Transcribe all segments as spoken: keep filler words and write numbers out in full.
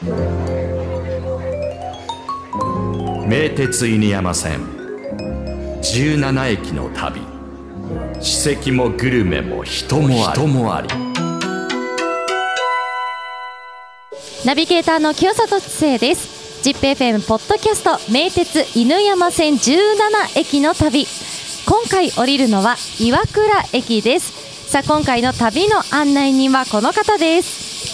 名鉄犬山線じゅうななえきの旅、史跡もグルメも人もあり、人もあり。 ナビゲーターの清里知世です。 ジップエフエム ポッドキャスト名鉄犬山線じゅうななえきの旅、今回降りるのは岩倉駅です。さあ今回の旅の案内人はこの方です。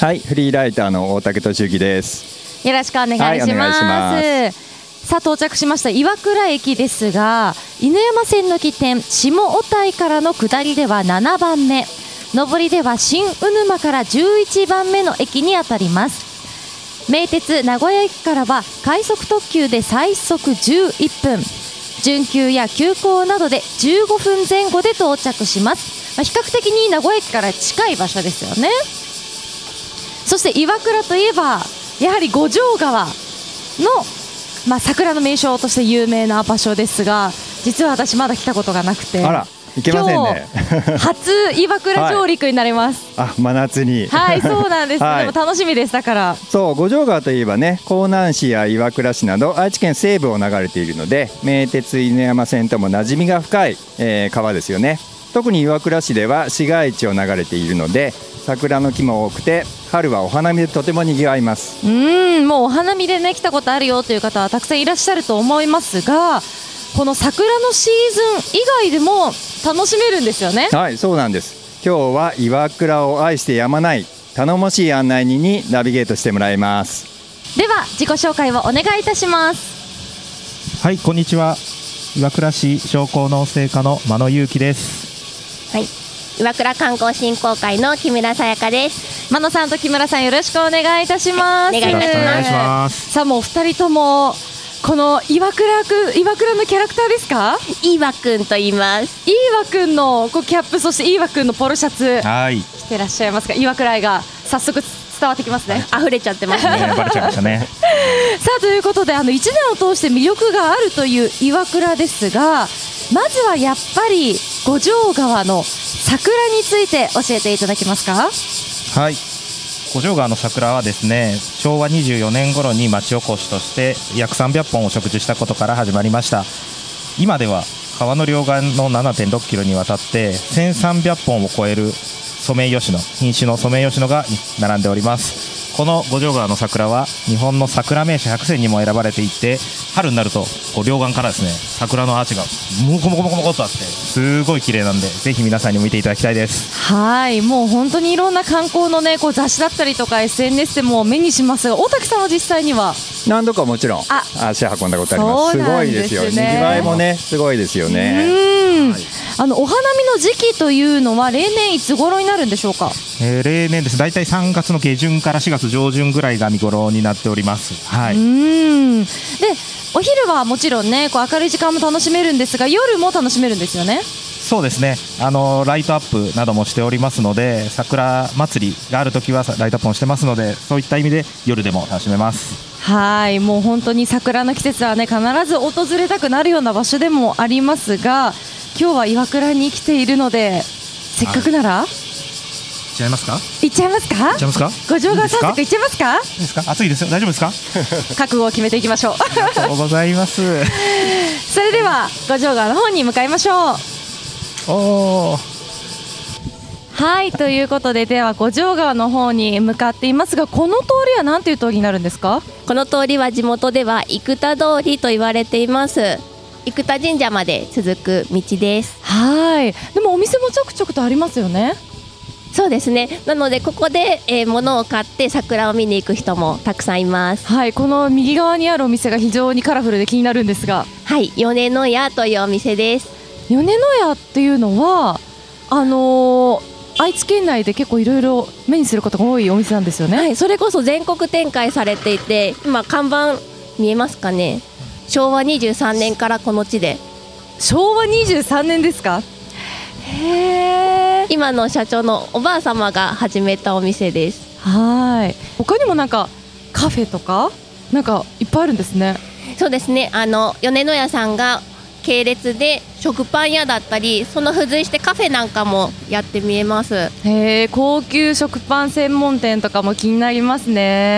はい、フリーライターの大竹俊之です。 よろしくお願いします、はい、お願いします。さあ到着しました岩倉駅ですが、犬山線の起点下小田井からの下りではななばんめ、上りでは新鵜沼からじゅういちばんめの駅にあたります。名鉄名古屋駅からは快速特急で最速じゅういっぷん、準急や急行などでじゅうごふんぜん後で到着します。まあ、比較的に名古屋駅から近い場所ですよね。そして岩倉といえばやはり五条川の、まあ、桜の名所として有名な場所ですが、実は私まだ来たことがなくて、 あらいけませんね。 初岩倉上陸になります、 はい、あ、真夏にはいそうなんです、はい、でも楽しみでした。からそう、五条川といえばね、江南市や岩倉市など愛知県西部を流れているので、名鉄犬山線とも馴染みが深い、えー、川ですよね。特に岩倉市では市街地を流れているので桜の木も多くて、春はお花見でとてもにぎわいます。 うーん、もうお花見でね来たことあるよという方はたくさんいらっしゃると思いますが、この桜のシーズン以外でも楽しめるんですよね。 はい、そうなんです。今日は岩倉を愛してやまない頼もしい案内人にナビゲートしてもらいます。 では自己紹介をお願いいたします。 はい、こんにちは。岩倉市商工農政課の間野裕樹です。 はい、岩倉観光振興会の木村さやかです。 間野さんと木村さん、よろしくお願いいたします。 お願いいたします。 さあもう二人ともこの岩倉くん、岩倉のキャラクターですか？ 岩くんと言います。 岩くんのこうキャップ、そして岩くんのポロシャツ、 はい、 着てらっしゃいますが、岩倉愛が早速伝わってきますね。 溢れちゃってますね。 バレちゃいましたね。 さあということで、あのいちねんを通して魅力があるという岩倉ですが、まずはやっぱり五条川の桜について教えていただけますか？ はい、五条川の桜はですね、しょうわにじゅうよねん頃に町おこしとして約さんびゃっぽんを植樹したことから始まりました。今では川の両岸の ななてんろっキロにわたってせんさんびゃっぽんを超えるソメイヨシノ、品種のソメイヨシノが並んでおります。この五条川の桜は日本の桜名所ひゃくせんにも選ばれていて、春になるとこう両岸からですね、桜のアーチがモコモコモコモコとあってすごい綺麗なんで、ぜひ皆さんにも見ていただきたいです。 はい、もう本当にいろんな観光のね、こう雑誌だったりとか エスエヌエス でも目にしますが、大竹さんは実際には何度かもちろん足運んだことあります。 そうなんですね。 すごいですよ。にぎわいもね、すごいですよね。 うん、 はい、 あのお花見の時期というのは例年いつ頃になるんでしょうか？ えー、例年です。だいたいさんがつの下旬からしがつ上旬ぐらいが見頃になっております。はい、 うんでお昼はもちろんね、こう明るい時間も楽しめるんですが、夜も楽しめるんですよね。 そうですね、あのライトアップなどもしておりますので、桜祭りがあるときはライトアップもしてますので、そういった意味で夜でも楽しめます。 はい、もう本当に桜の季節はね、必ず訪れたくなるような場所でもありますが、今日は岩倉に来ているので、せっかくなら、はい、 行っちゃいますか？ 行っちゃいますか？ 行っちゃいますか？ 五条川散策行っちゃいますか？ いいですか？暑いですよ。大丈夫ですか？ 覚悟を決めていきましょう。 ありがとうございます。 それでは五条川の方に向かいましょう。 おー、 はい、ということで、では五条川の方に向かっていますが、この通りは何という通りになるんですか？ この通りは地元では生田通りと言われています。生田神社まで続く道です。 はい、でもお店もちょくちょくとありますよね。 そうですね。なのでここで、えー、物を買って桜を見に行く人もたくさんいます。 はい、この右側にあるお店が非常にカラフルで気になるんですが、 はい、米の屋というお店です。 米の屋っていうのはあのー、愛知県内で結構いろいろ目にすることが多いお店なんですよね。 はい、それこそ全国展開されていて、今看板見えますかね。しょうわにじゅうさんねんからこの地で。 しょうわにじゅうさんねんですか？へー、 今の社長のおばあ様が始めたお店です。 はい、他にもなんかカフェとかなんかいっぱいあるんですね。 そうですね、あの米の屋さんが系列で食パン屋だったり、その付随してカフェなんかもやって見えます。 へー、高級食パン専門店とかも気になりますね。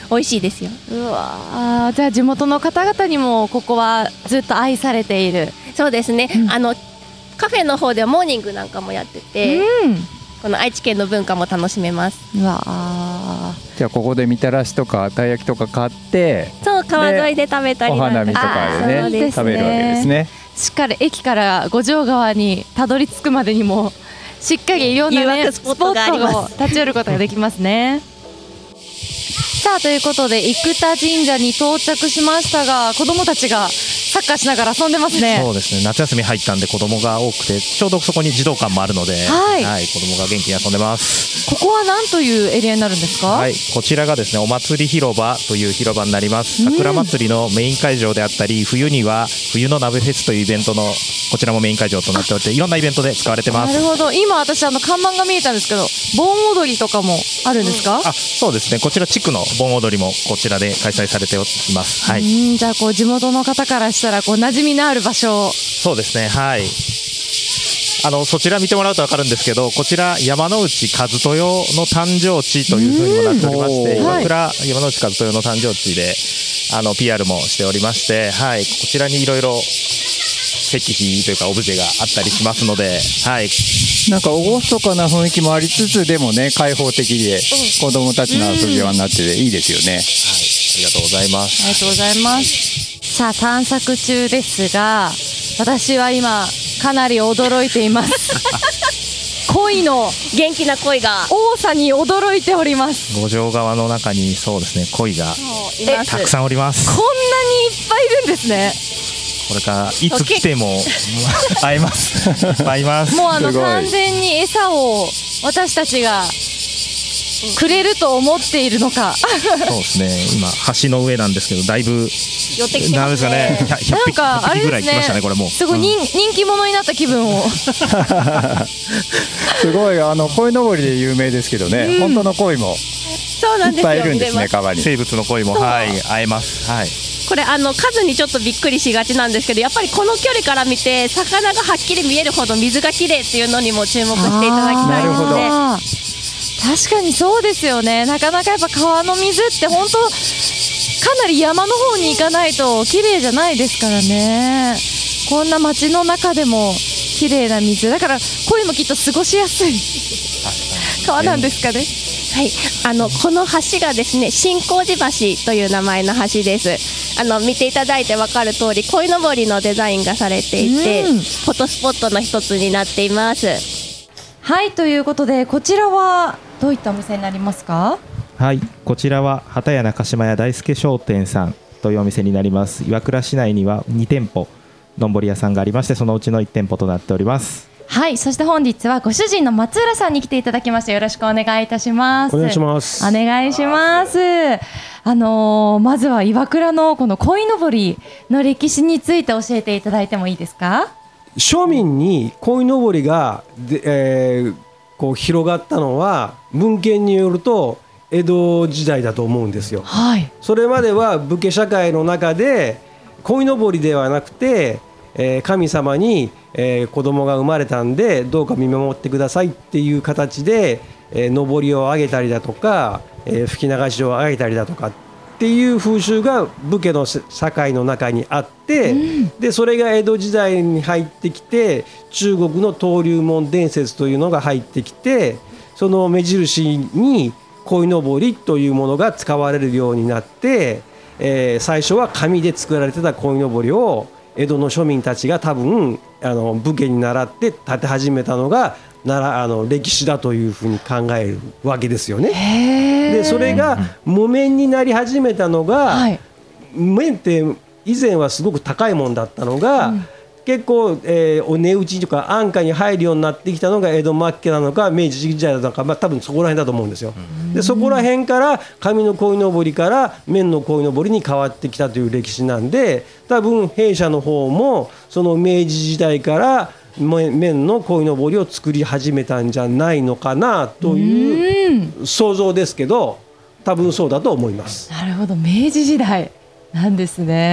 美味しいですよ。 うわー、じゃあ地元の方々にもここはずっと愛されている。 そうですね、 うん、 あのカフェの方ではモーニングなんかもやってて、 うん、 この愛知県の文化も楽しめます。 うわー、 じゃあここでみたらしとかたい焼きとか買って、 そう川沿いで食べたりおなんか花見とかでね、 そうですね、 食べるわけですね。 しっかり駅から五条川にたどり着くまでにもしっかりいろんな、ね、 誘惑スポットがあります。 スポットを立ち寄ることができますね。さあということで生田神社に到着しましたが、子どもたちがサッカーしながら遊んでますね。 そうですね、夏休み入ったんで子供が多くて、ちょうどそこに児童館もあるので、 はいはい、子供が元気に遊んでます。 ここは何というエリアになるんですか？ はい、こちらがですね、お祭り広場という広場になります。桜祭りのメイン会場であったり、冬には冬の鍋フェスというイベントのこちらもメイン会場となっておって、いろんなイベントで使われてます。 なるほど、今私あの看板が見えたんですけど、盆踊りとかもあるんですか？ あ、そうですね、こちら地区の盆踊りもこちらで開催されています。はい、 うん、じゃあこう地元の方からしたらこう馴染みのある場所。 そうですね、はい、あのそちら見てもらうと分かるんですけど、こちら山之内和豊の誕生地というふうにもなっておりまして、 うん今倉山之内和豊の誕生地であの ピーアール もしておりまして、はい、こちらにいろいろ石碑というかオブジェがあったりしますので、はい、 なんか厳かな雰囲気もありつつ、でもね開放的で子どもたちの遊び場になってていいですよね。はい、 ありがとうございます。 ありがとうございます。さあ散策中ですが、私は今かなり驚いています鯉の元気な鯉が多さに驚いております。 五条川の中にそうですね、鯉がいます。 たくさんおります。 こんなにいっぱいいるんですね。 これからいつ来ても会えます会います。 もうあのすごい完全に餌を私たちがくれると思っているのかそうですね、今橋の上なんですけど、だいぶ寄ってきてますなんですかね、 ね。 ひゃくなん匹かあれぐらいです来ましたね、 ね、 これもうすごい人,、 うん人気者になった気分をすごい、あの鯉のぼりで有名ですけどね、本当の鯉もそうなんですよ。 いっぱいいるんです見れます。 ね、川に。 生物の鯉も、はい、会えます。はい、 これあの数にちょっとびっくりしがちなんですけど、やっぱりこの距離から見て魚がはっきり見えるほど水がきれいっていうのにも注目していただきたいですね。 あー確かにそうですよね。なかなかやっぱ川の水って本当かなり山の方に行かないと綺麗じゃないですからね。こんな街の中でも綺麗な水だから鯉もきっと過ごしやすい川なんですかね。 はい、あのこの橋がですね、新光寺橋という名前の橋です。あの見ていただいて分かる通り、鯉のぼりのデザインがされていて、 うんフォトスポットの一つになっています。 はい、ということでこちらはどういったお店になりますか？ はい、こちらは畑屋中島屋大輔商店さんというお店になります。岩倉市内にはに店舗どんぼり屋さんがありまして、そのうちのいち店舗となっております。 はい、そして本日はご主人の松浦さんに来ていただきました。よろしくお願いいたします。 お願いします。 お願いします。あのー、まずは岩倉のこの鯉のぼりの歴史について教えていただいてもいいですか？ 庶民に鯉のぼりがで、えー、こう広がったのは文献によると江戸時代だと思うんですよ。 はい。 それまでは武家社会の中で鯉のぼりではなくて、えー、神様に、えー、子供が生まれたんでどうか見守ってくださいっていう形で、えー、のりを上げたりだとか、えー、吹き流しを上げたりだとかっていう風習が武家の社会の中にあって、うん、でそれが江戸時代に入ってきて中国の登竜門伝説というのが入ってきて、その目印に鯉のぼりというものが使われるようになって、えー、最初は紙で作られてた鯉のぼりを江戸の庶民たちが多分あの武家に倣って建て始めたのがならあの歴史だというふうに考えるわけですよね。でそれが木綿になり始めたのが、はい、綿って以前はすごく高いもんだったのが、うん、結構、えー、お値打ちとか安価に入るようになってきたのが江戸末期なのか明治時代なのか、まあ、多分そこら辺だと思うんですよ。でそこら辺から紙の鯉のぼりから綿の鯉のぼりに変わってきたという歴史なんで、多分弊社の方もその明治時代から綿の鯉のぼりを作り始めたんじゃないのかなという想像ですけど、多分そうだと思います。 なるほど、明治時代なんですね。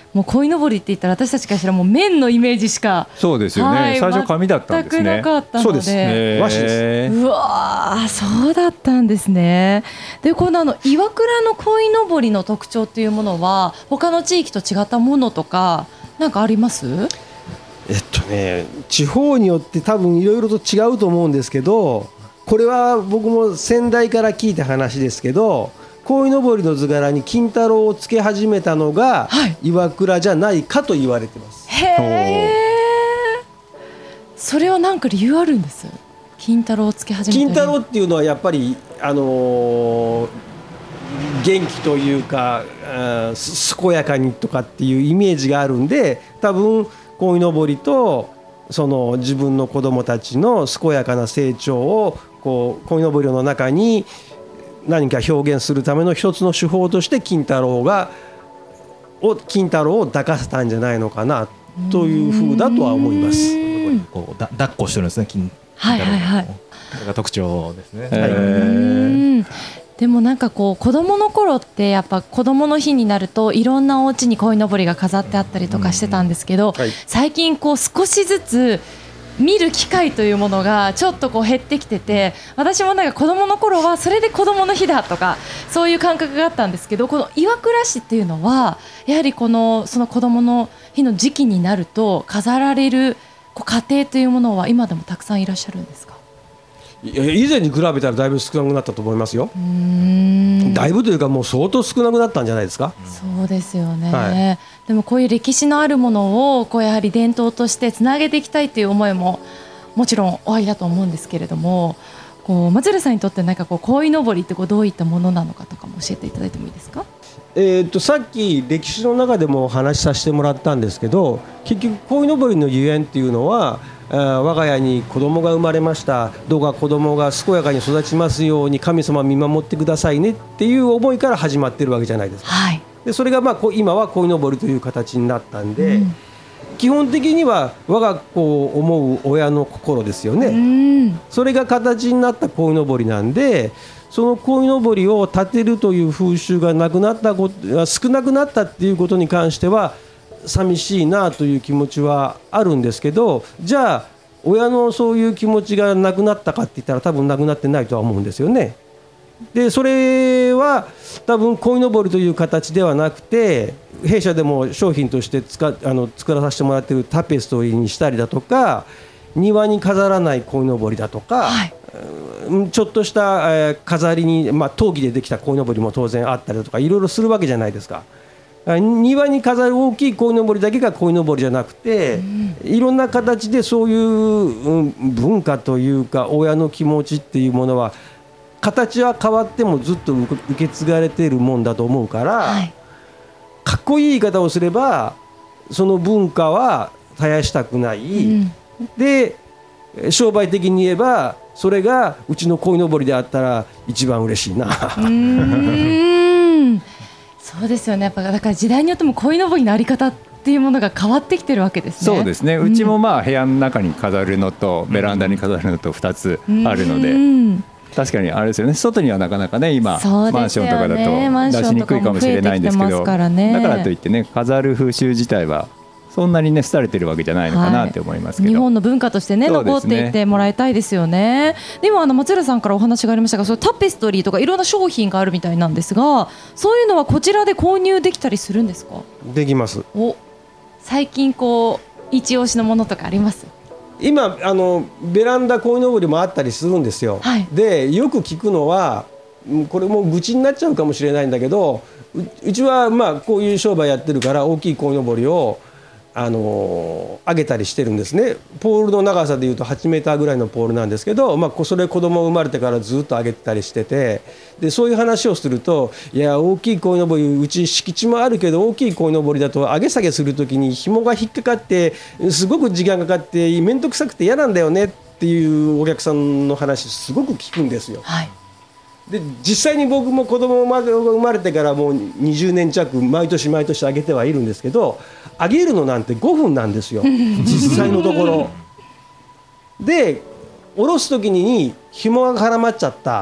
もう鯉のぼりって言ったら私たちからしたらもう麺のイメージしかそうですよね、 はい最初紙だったんですね。 全くなかったので、 そうですへー和紙です。 うわーそうだったんですね。でこのあの岩倉の鯉のぼりの特徴っていうものは他の地域と違ったものとかなんかあります？ えっとね、地方によって多分いろいろと違うと思うんですけど、これは僕も先代から聞いた話ですけど、鯉のぼりの図柄に金太郎をつけ始めたのがはい岩倉じゃないかと言われてます。 へえ。それはなんか理由あるんです？金太郎をつけ始めた理由。 金太郎っていうのはやっぱりあのー元気というかあー健やかにとかっていうイメージがあるんで、多分鯉のぼりとその自分の子供たちの健やかな成長をこう鯉のぼりの中に何か表現するための一つの手法として金太郎がを金太郎を抱かせたんじゃないのかなというふうだとは思います。 こうだ抱っこしてるんですね、金はいはいはい。 それが特徴ですね。 へーうんでもなんかこう子供の頃ってやっぱ子供の日になるといろんなお家に鯉のぼりが飾ってあったりとかしてたんですけど、 はい最近こう少しずつ見る機会というものがちょっとこう減ってきてて、私もなんか子供の頃はそれで子供の日だとかそういう感覚があったんですけど、この岩倉市っていうのはやはりこのその子供の日の時期になると飾られるこう家庭というものは今でもたくさんいらっしゃるんですか？ いや以前に比べたらだいぶ少なくなったと思いますよ。 うーんだいぶというかもう相当少なくなったんじゃないですか。 そうですよね、 はでもこういう歴史のあるものをこうやはり伝統としてつなげていきたいという思いももちろんおありだと思うんですけれども、こう松浦さんにとってなんかこう鯉のぼりってこうどういったものなのかとかも教えていただいてもいいですか？ えー、とさっき歴史の中でもお話しさせてもらったんですけど、結局鯉のぼりのゆえんっていうのはあー我が家に子供が生まれました、どうか子供が健やかに育ちますように神様見守ってくださいねっていう思いから始まってるわけじゃないですか。 はい、 でそれがまあこう今は鯉のぼりという形になったんで、 うん基本的には我が子を思う親の心ですよね。 うんそれが形になった鯉のぼりなんで、その鯉のぼりを立てるという風習がなくなったこと少なくなったっていうことに関しては寂しいなという気持ちはあるんですけど、じゃあ親のそういう気持ちがなくなったかって言ったら多分なくなってないとは思うんですよね。でそれは多分鯉のぼりという形ではなくて、弊社でも商品として使あの作らさせてもらっているタペストリーにしたりだとか、庭に飾らない鯉のぼりだとか、 はいうんちょっとした、えー飾りに、まあ、陶器でできた鯉のぼりも当然あったりだとかいろいろするわけじゃないですか。あ庭に飾る大きい鯉のぼりだけが鯉のぼりじゃなくて、いろんな形でそういう、うん文化というか親の気持ちっていうものは形は変わってもずっと受け継がれているもんだと思うから、 はいかっこいい言い方をすればその文化は絶やしたくない、 うんで商売的に言えばそれがうちの鯉のぼりであったら一番嬉しいな。 うーんそうですよね。やっぱだから時代によっても鯉のぼりのあり方っていうものが変わってきてるわけですね。 そうですね、うちもまあ部屋の中に飾るのとベランダに飾るのとふたつあるので、 うん確かにあれですよね、外にはなかなかね今、 そうマンですよねションとかだと出しにくいかもしれないんですけマンションとかも増えてきてますど、 からねだからといってね飾る風習自体はそんなにね廃れてるわけじゃないのかなって思いますけど、 日本の文化としてねそうですね残っていってもらいたいですよね。でもあの松浦さんからお話がありましたが、そのタペストリーとかいろんな商品があるみたいなんですが、そういうのはこちらで購入できたりするんですか？ できます。 お最近こう一押しのものとかあります？ 今あのベランダ鯉のぼりもあったりするんですよ、 はいでよく聞くのはうんこれも愚痴になっちゃうかもしれないんだけど、ううちはまあこういう商売やってるから大きい鯉のぼりをあのー上げたりしてるんですね。ポールの長さでいうとはちメーターぐらいのポールなんですけど、まあ、こそれ子供生まれてからずっと上げてたりしてて、でそういう話をすると、いや大きい鯉のぼりうち敷地もあるけど大きい鯉のぼりだと上げ下げするときに紐が引っかかってすごく時間かかって面倒くさくて嫌なんだよねっていうお客さんの話すごく聞くんですよ。 はいで実際に僕も子供が生まれてからもうにじゅうねん弱毎年毎年上げてはいるんですけど、上げるのなんてごふんなんですよ実際のところ。で下ろす時に紐が絡まっちゃった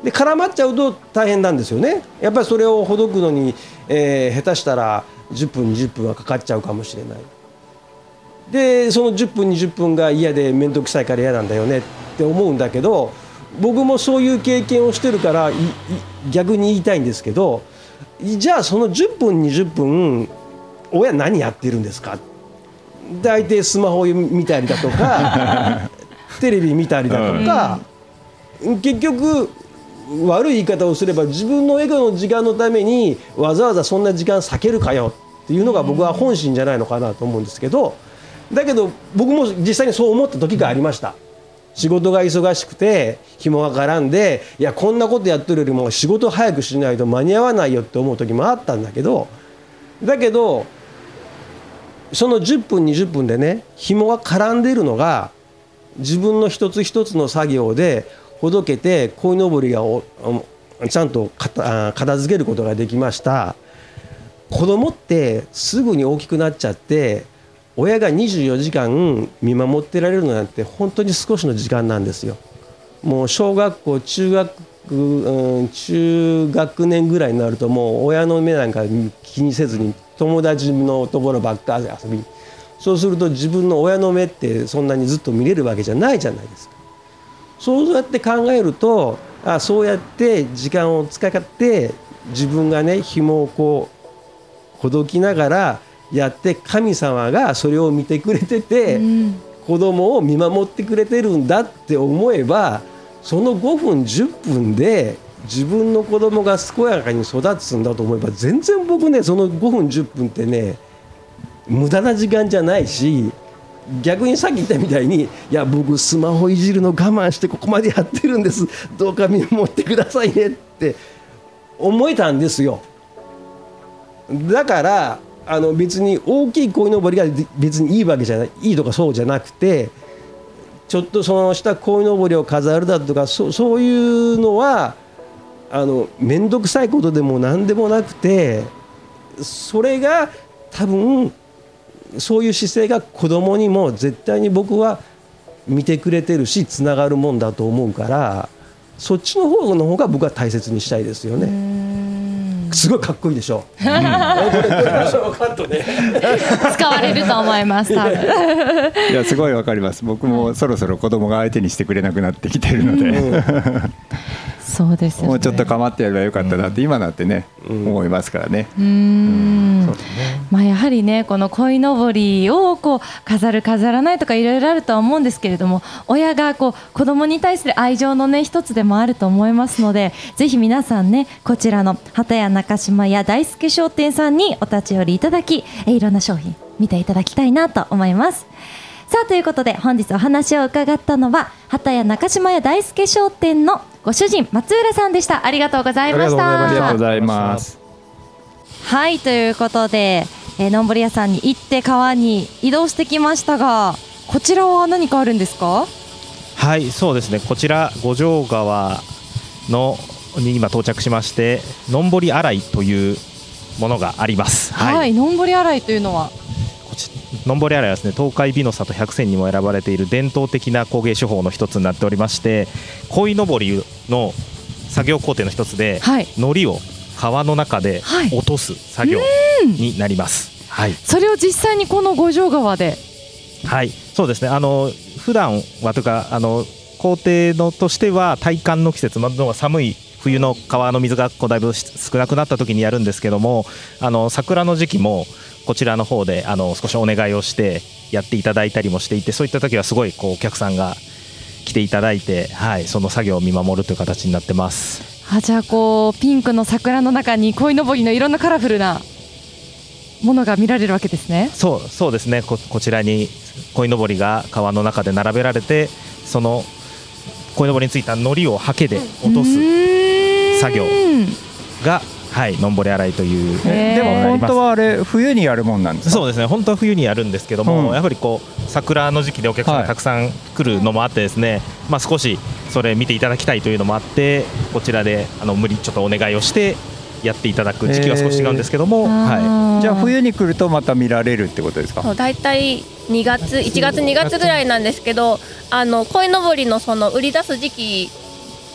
で絡まっちゃうと大変なんですよね。やっぱりそれをほどくのに、えー、下手したらじゅっぷんにじゅっぷんはかかっちゃうかもしれない。でそのじゅっぷんにじゅっぷんが嫌で面倒くさいから嫌なんだよねって思うんだけど、僕もそういう経験をしてるからいい逆に言いたいんですけど、じゃあそのじゅっぷんにじゅっぷん親何やってるんですか。大体スマホ見たりだとかテレビ見たりだとか、うん、結局悪い言い方をすれば自分の笑顔の時間のためにわざわざそんな時間避けるかよっていうのが僕は本心じゃないのかなと思うんですけど、だけど僕も実際にそう思った時がありました。仕事が忙しくて紐が絡んで、いやこんなことやってるよりも仕事早くしないと間に合わないよって思う時もあったんだけど、だけどそのじゅっぷんにじゅっぷんでね、紐が絡んでいるのが自分の一つ一つの作業でほどけて鯉のぼりがおちゃんと片付けることができました。子供ってすぐに大きくなっちゃって親がにじゅうよじかん見守ってられるのなんて本当に少しの時間なんですよ。もう小学校中学、うん、中学年ぐらいになるともう親の目なんか気にせずに友達のところばっかり遊び、そうすると自分の親の目ってそんなにずっと見れるわけじゃないじゃないですか。そうやって考えると、あそうやって時間を使って自分がね紐をこうほどきながらやって神様がそれを見てくれてて、うん、子供を見守ってくれてるんだって思えば、そのごふんじゅっぷんで自分の子供が健やかに育つんだと思えば、全然僕ねそのごふんじゅっぷんってね無駄な時間じゃないし、逆にさっき言ったみたいに、いや僕スマホいじるの我慢してここまでやってるんです、どうか見守ってくださいねって思えたんですよ。だからあの別に大きい鯉のぼりが別にいいわけじゃない、いいとかそうじゃなくて、ちょっとその下鯉のぼりを飾るだとか そ, そういうのはあの面倒くさいことでも何でもなくて、それが多分そういう姿勢が子供にも絶対に僕は見てくれてるしつながるもんだと思うから、そっちの方の方が僕は大切にしたいですよね。すごいかっこいいでしょ。うん、これこれカットね使われると思います多分。 いやすごいわかります。僕もそろそろ子供が相手にしてくれなくなってきてるので、うん、 そうですよね。 もうちょっと構ってやればよかったなって今なってね、うん、思いますからね。 うーん、うんそうですね。まあ、やはりねこの鯉のぼりをこう飾る飾らないとかいろいろあるとは思うんですけれども、親がこう子供に対する愛情のね一つでもあると思いますので、ぜひ皆さんねこちらの畑屋中島屋大輔商店さんにお立ち寄りいただき、えいろんな商品見ていただきたいなと思います。さあということで本日お話を伺ったのは畑屋中島屋大輔商店のご主人松浦さんでした。ありがとうございました。 ありがとうございます。 はいということで、えー、のんぼり屋さんに行って川に移動してきましたが、こちらは何かあるんですか？ はいそうですね、こちら五条川のに今到着しまして、のんぼり洗いというものがあります。 はい、はい、のんぼり洗いというのはこちのんぼり洗いはですね、東海美濃里百選にも選ばれている伝統的な工芸手法の一つになっておりまして、鯉のぼりの作業工程の一つで、はい、糊を川の中で落とす作業になります。はい、 それを実際にこの五条川で、 はいそうですね、あの普段はというかあの工程のとしては体感の季節の寒い冬の川の水がこうだいぶ少なくなった時にやるんですけども、あの桜の時期もこちらの方であの少しお願いをしてやっていただいたりもしていて、そういった時はすごいこうお客さんが来ていただいて、はい、その作業を見守るという形になってます。 あじゃあこうピンクの桜の中に鯉のぼりのいろんなカラフルなものが見られるわけですね。 そうそうですね、 こ, こちらに鯉のぼりが川の中で並べられて、その鯉のぼりについた糊をハケで落とす作業が、はい、のんぼり洗いという。 でも本当はあれ冬にやるもんなんですか？ そうですね、本当は冬にやるんですけども、うん、やはりこう桜の時期でお客さんがたくさん来るのもあってですね、はい、まあ、少しそれ見ていただきたいというのもあって、こちらであの無理ちょっとお願いをしてやっていただく時期は少し違うんですけども、 はい、じゃあ冬に来るとまた見られるってことですか？ だいたいにがついちがつにがつぐらいなんですけど、あの鯉のぼりのその売り出す時期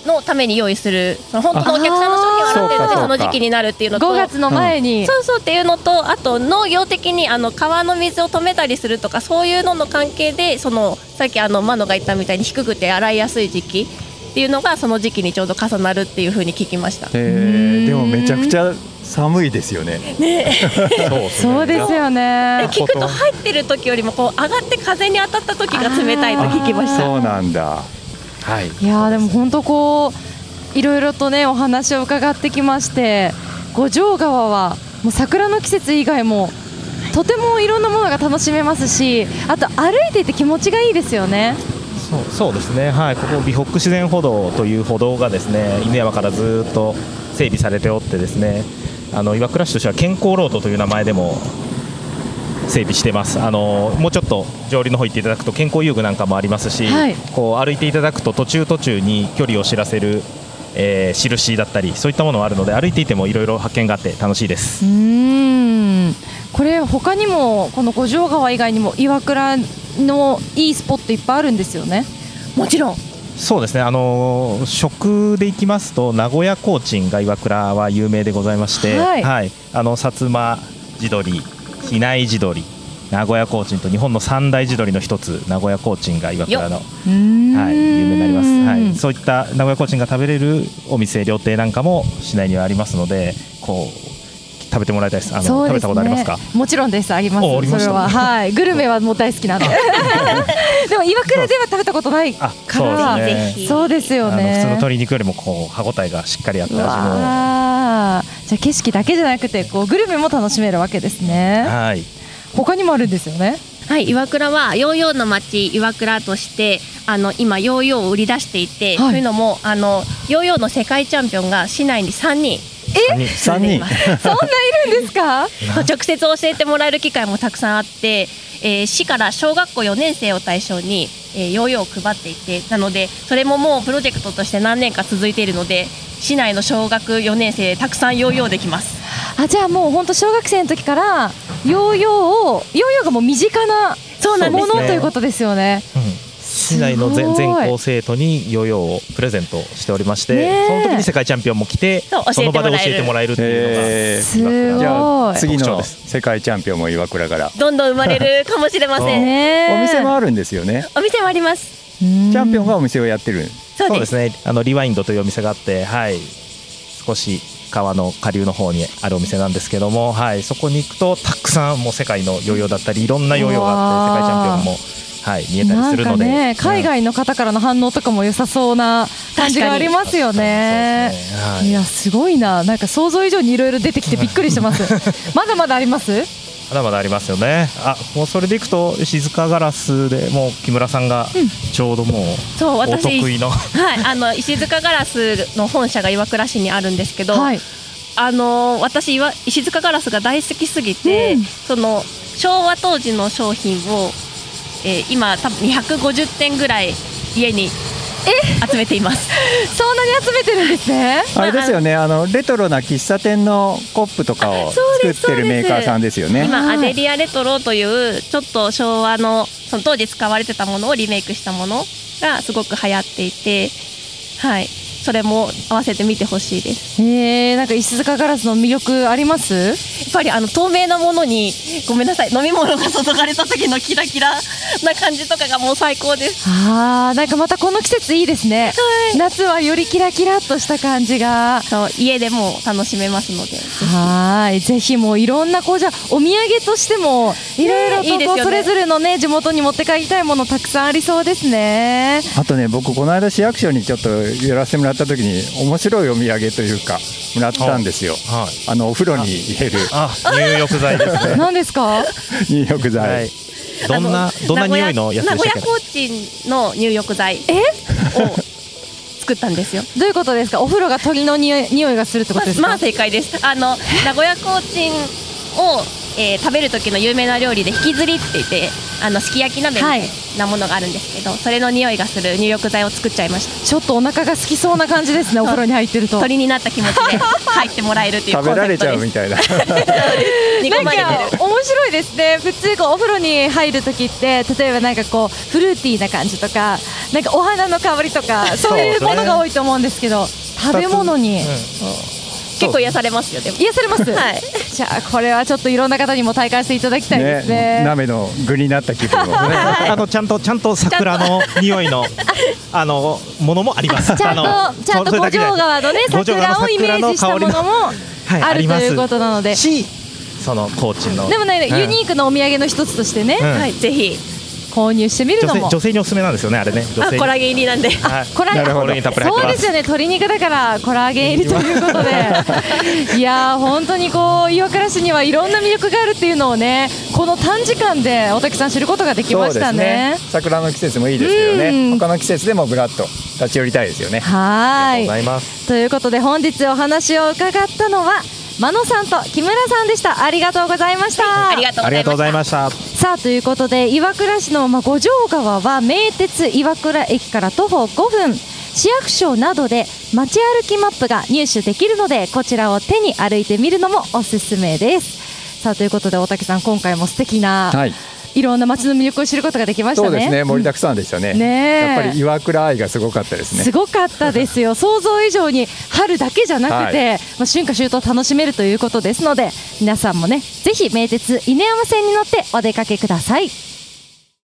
のために用意する、その本当のお客さんの商品を洗ってるのでその時期になるっていうのと、 ごがつの前に、 うん、そうそうっていうのと、あと農業的にあの川の水を止めたりするとか、そういうのの関係で、そのさっきあのマノが言ったみたいに低くて洗いやすい時期っていうのがその時期にちょうど重なるっていう風に聞きました。 へー、でもめちゃくちゃ寒いですよね。 ねそうですよね。 聞くと入ってる時よりもこう上がって風に当たった時が冷たいと聞きました。 そうなんだ。 はい、 いやでも本当こういろいろとねお話を伺ってきまして、五条川はもう桜の季節以外もとてもいろんなものが楽しめますし、あと歩いていて気持ちがいいですよね。 そう、そうですね、はい、ここ美北自然歩道という歩道がですね、犬山からずっと整備されておってですね、あの岩倉市としては健康ロードという名前でも整備してます。あのもうちょっと上流の方行っていただくと健康遊具なんかもありますし、はい、こう歩いていただくと途中途中に距離を知らせる、えー、印だったりそういったものがあるので、歩いていてもいろいろ発見があって楽しいです。 うーん、これ他にもこの五条川以外にも岩倉のいいスポットいっぱいあるんですよね。 もちろんそうですね、あの食でいきますと名古屋コーチンが岩倉は有名でございまして、はいはい、あの薩摩地鶏、比内地鶏、名古屋コーチンと日本の三大地鶏の一つ名古屋コーチンが岩倉の、はい、有名になります、はい、そういった名古屋コーチンが食べれるお店料亭なんかも市内にはありますので、こう食べてもらいたいです。あのそうですね、 食べたことありますか？ もちろんです、あります。 ありました。 それは、はい、グルメはもう大好きなんででも岩倉では食べたことないから、 そうですね、 そうですよね。 あの普通の鶏肉よりもこう歯ごたえがしっかりあった味も、 あじゃあ景色だけじゃなくてこうグルメも楽しめるわけですね。 はい、 他にもあるんですよね。 はい、岩倉はヨーヨーの町岩倉としてあの今ヨーヨーを売り出していて、はい、というのもあのヨーヨーの世界チャンピオンが市内にさんにんえさんにんそんないるんですか？ 直接教えてもらえる機会もたくさんあって、えー、市から小学校よねん生を対象に、えー、ヨーヨーを配っていて、なのでそれももうプロジェクトとして何年か続いているので、市内の小学よねん生たくさんヨーヨーできます。 あ、じゃあもう本当小学生の時からヨーヨーをヨーヨーがもう身近なものということですよね。 市内の 全, 全校生徒にヨーヨーをプレゼントしておりまして、その時に世界チャンピオンも来て そ, その場で教えてもらえるっていうのが、 じゃあ次の世界チャンピオンも岩倉からどんどん生まれるかもしれませんね。 お店もあるんですよね。 お店もあります。 チャンピオンがお店をやってる。 そうです、 そうですね、あのリワインドというお店があって、はい、少し川の下流の方にあるお店なんですけども、はい、そこに行くとたくさんもう世界のヨーヨーだったりいろんなヨーヨーがあって世界チャンピオンも、はい、見えたりするので、 なんかね、海外の方からの反応とかも良さそうな感じがありますよね。はい、いやすごいな、なんか想像以上にいろいろ出てきてびっくりしてますまだまだあります？ まだまだありますよね。あ、もうそれでいくと静岡ガラスでもう木村さんがちょうどもう、うん、そうお得意のはい、あの石塚ガラスの本社が岩倉市にあるんですけど、はい、あの私石塚ガラスが大好きすぎて、うん、その昭和当時の商品をえー、今多分にひゃくごじゅってんぐらい家に集めていますそんなに集めてるんですね。 あれですよね、あのレトロな喫茶店のコップとかを作ってるメーカーさんですよね。 今アデリアレトロというちょっと昭和のその当時使われてたものをリメイクしたものがすごく流行っていて、はい、それも合わせて見てほしいです。 へー、なんか石塚ガラスの魅力あります？ やっぱりあの透明なものにごめんなさい飲み物が注がれた時のキラキラな感じとかがもう最高です。 あー、なんかまたこの季節いいですね、はい、夏はよりキラキラっとした感じがそう家でも楽しめますので、 はい、ぜひもういろんなこうじゃお土産としてもいろいろとこう、ね、いいですよね、それぞれのね地元に持って帰りたいものたくさんありそうですね。 あとね、僕この間市役所にちょっと寄らせてもらった時に面白いお土産というかもらったんですよ。はい、あのお風呂に入れるあ入浴剤ですね。 何ですか？ 入浴剤、はい、 どんなどんな匂いのやつでしたっけ？ 名古屋コーチンの入浴剤を作ったんですよ。 どういうことですか？お風呂が鳥の匂い、匂いがするってことですか？ まあ、まあ正解です。あの名古屋コーチンをえー、食べる時の有名な料理で引きずりって言ってあのすき焼き鍋みたいなものがあるんですけど、はい、それの匂いがする入浴剤を作っちゃいました。 ちょっとお腹が空きそうな感じですねお風呂に入ってると鳥になった気持ちで入ってもらえるっていうコンセプトです。 食べられちゃうみたいな煮込まれてる。 なんか面白いですね。普通こうお風呂に入る時って例えばなんかこうフルーティーな感じとかなんかお花の香りとかそういうものが多いと思うんですけど、食べ物に、うん、 結構癒されますよ。でも癒されます、 はい、 じゃあこれはちょっといろんな方にも体感していただきたいですね。 鍋の具になった気分を、ね、 あのちゃんとちゃんと桜の匂いのあのものもあります。 ちゃんとちゃんと五条川のね桜をイメージしたものもあるということなので、 その高知のでもね、うん、ユニークなお土産の一つとしてね、 うん、はい、ぜひ購入してみるのも女, 女性におすすめなんですよねあれね。 あコラーゲン入りなんで、 はい、コラーゲンそうですよね。鶏肉だからコラーゲン入りということでいやー本当にこう岩倉市にはいろんな魅力があるっていうのをねこの短時間で大竹さん知ることができました ね, ね桜の季節もいいですけどね、他の季節でもぶらっと立ち寄りたいですよね。 はい、 ありがとうございます。 ということで本日お話を伺ったのは真野さんと木村さんでした。ありがとうございました。 はい、ありがとうございました。 さあということで岩倉市の、まあ、五条川は名鉄岩倉駅から徒歩ごふん、市役所などで街歩きマップが入手できるのでこちらを手に歩いてみるのもおすすめです。さあということで大竹さん今回も素敵な、はい、いろんな街の魅力を知ることができましたね。 そうですね、盛りだくさんでしたね。 ね、 やっぱり岩倉愛がすごかったですね。 すごかったですよ。想像以上に春だけじゃなくて、はい、まあ、春夏秋冬楽しめるということですので皆さんもねぜひ名鉄犬山線に乗ってお出かけください。